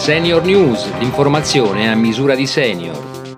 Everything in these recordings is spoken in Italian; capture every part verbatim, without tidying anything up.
Senior News, l'informazione a misura di senior.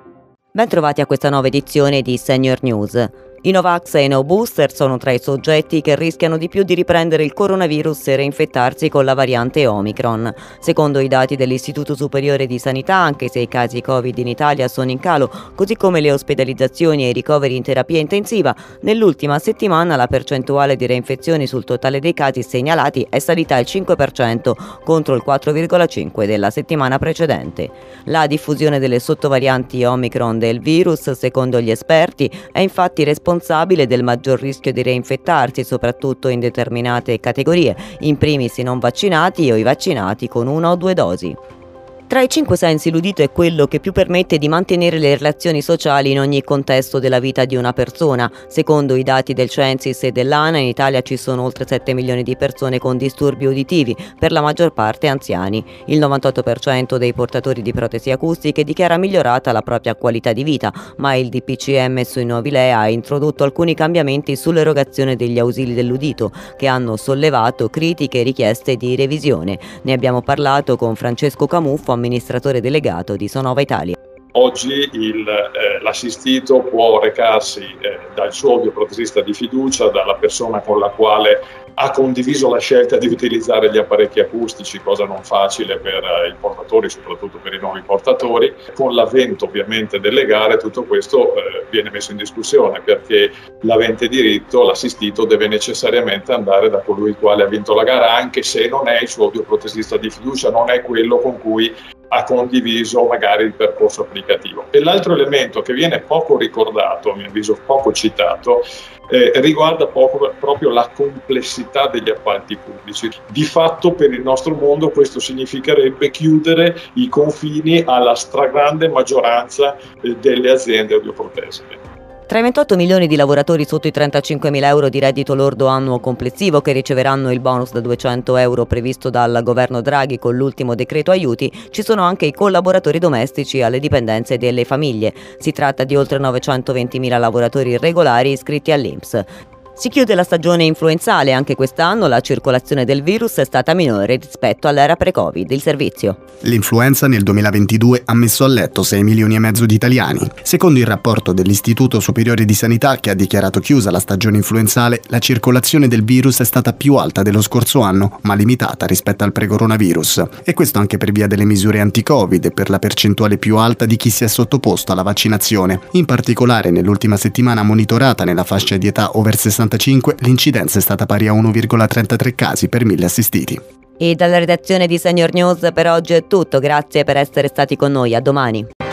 Ben trovati a questa nuova edizione di Senior News. I Novax e i No Booster sono tra i soggetti che rischiano di più di riprendere il coronavirus e reinfettarsi con la variante Omicron. Secondo i dati dell'Istituto Superiore di Sanità, anche se i casi Covid in Italia sono in calo, così come le ospedalizzazioni e i ricoveri in terapia intensiva, nell'ultima settimana la percentuale di reinfezioni sul totale dei casi segnalati è salita al cinque per cento contro il quattro virgola cinque per cento della settimana precedente. La diffusione delle sottovarianti Omicron del virus, secondo gli esperti, è infatti responsabile responsabile del maggior rischio di reinfettarsi, soprattutto in determinate categorie, in primis i non vaccinati o i vaccinati con una o due dosi. Tra i cinque sensi l'udito è quello che più permette di mantenere le relazioni sociali in ogni contesto della vita di una persona. Secondo i dati del Censis e dell'A N A, in Italia ci sono oltre sette milioni di persone con disturbi uditivi, per la maggior parte anziani. Il novantotto per cento dei portatori di protesi acustiche dichiara migliorata la propria qualità di vita, ma il D P C M sui nuovi L E A ha introdotto alcuni cambiamenti sull'erogazione degli ausili dell'udito, che hanno sollevato critiche e richieste di revisione. Ne abbiamo parlato con Francesco Camuffo, amministratore delegato di Sonova Italia. Oggi il, eh, l'assistito può recarsi eh, dal suo audioprotesista di fiducia, dalla persona con la quale ha condiviso la scelta di utilizzare gli apparecchi acustici, cosa non facile per eh, i portatori, soprattutto per i nuovi portatori. Con l'avvento ovviamente delle gare tutto questo eh, viene messo in discussione, perché l'avente diritto, l'assistito, deve necessariamente andare da colui il quale ha vinto la gara, anche se non è il suo audioprotesista di fiducia, non è quello con cui ha condiviso magari il percorso applicativo. E l'altro elemento che viene poco ricordato, a mio avviso poco citato, eh, riguarda poco, proprio la complessità degli appalti pubblici. Di fatto per il nostro mondo questo significherebbe chiudere i confini alla stragrande maggioranza eh, delle aziende audioprotesiche. Tra i ventotto milioni di lavoratori sotto i trentacinquemila euro di reddito lordo annuo complessivo che riceveranno il bonus da duecento euro previsto dal governo Draghi con l'ultimo decreto aiuti, ci sono anche i collaboratori domestici alle dipendenze delle famiglie. Si tratta di oltre novecentoventimila lavoratori irregolari iscritti all'I N P S. Si chiude la stagione influenzale, anche quest'anno la circolazione del virus è stata minore rispetto all'era pre-Covid. Il servizio. L'influenza nel duemilaventidue ha messo a letto sei milioni e mezzo di italiani. Secondo il rapporto dell'Istituto Superiore di Sanità, che ha dichiarato chiusa la stagione influenzale, la circolazione del virus è stata più alta dello scorso anno, ma limitata rispetto al pre-coronavirus. E questo anche per via delle misure anti-Covid e per la percentuale più alta di chi si è sottoposto alla vaccinazione. In particolare, nell'ultima settimana monitorata nella fascia di età over sessantacinque, l'incidenza è stata pari a uno virgola trentatré casi per mille assistiti. E dalla redazione di Senior News per oggi è tutto, grazie per essere stati con noi, a domani.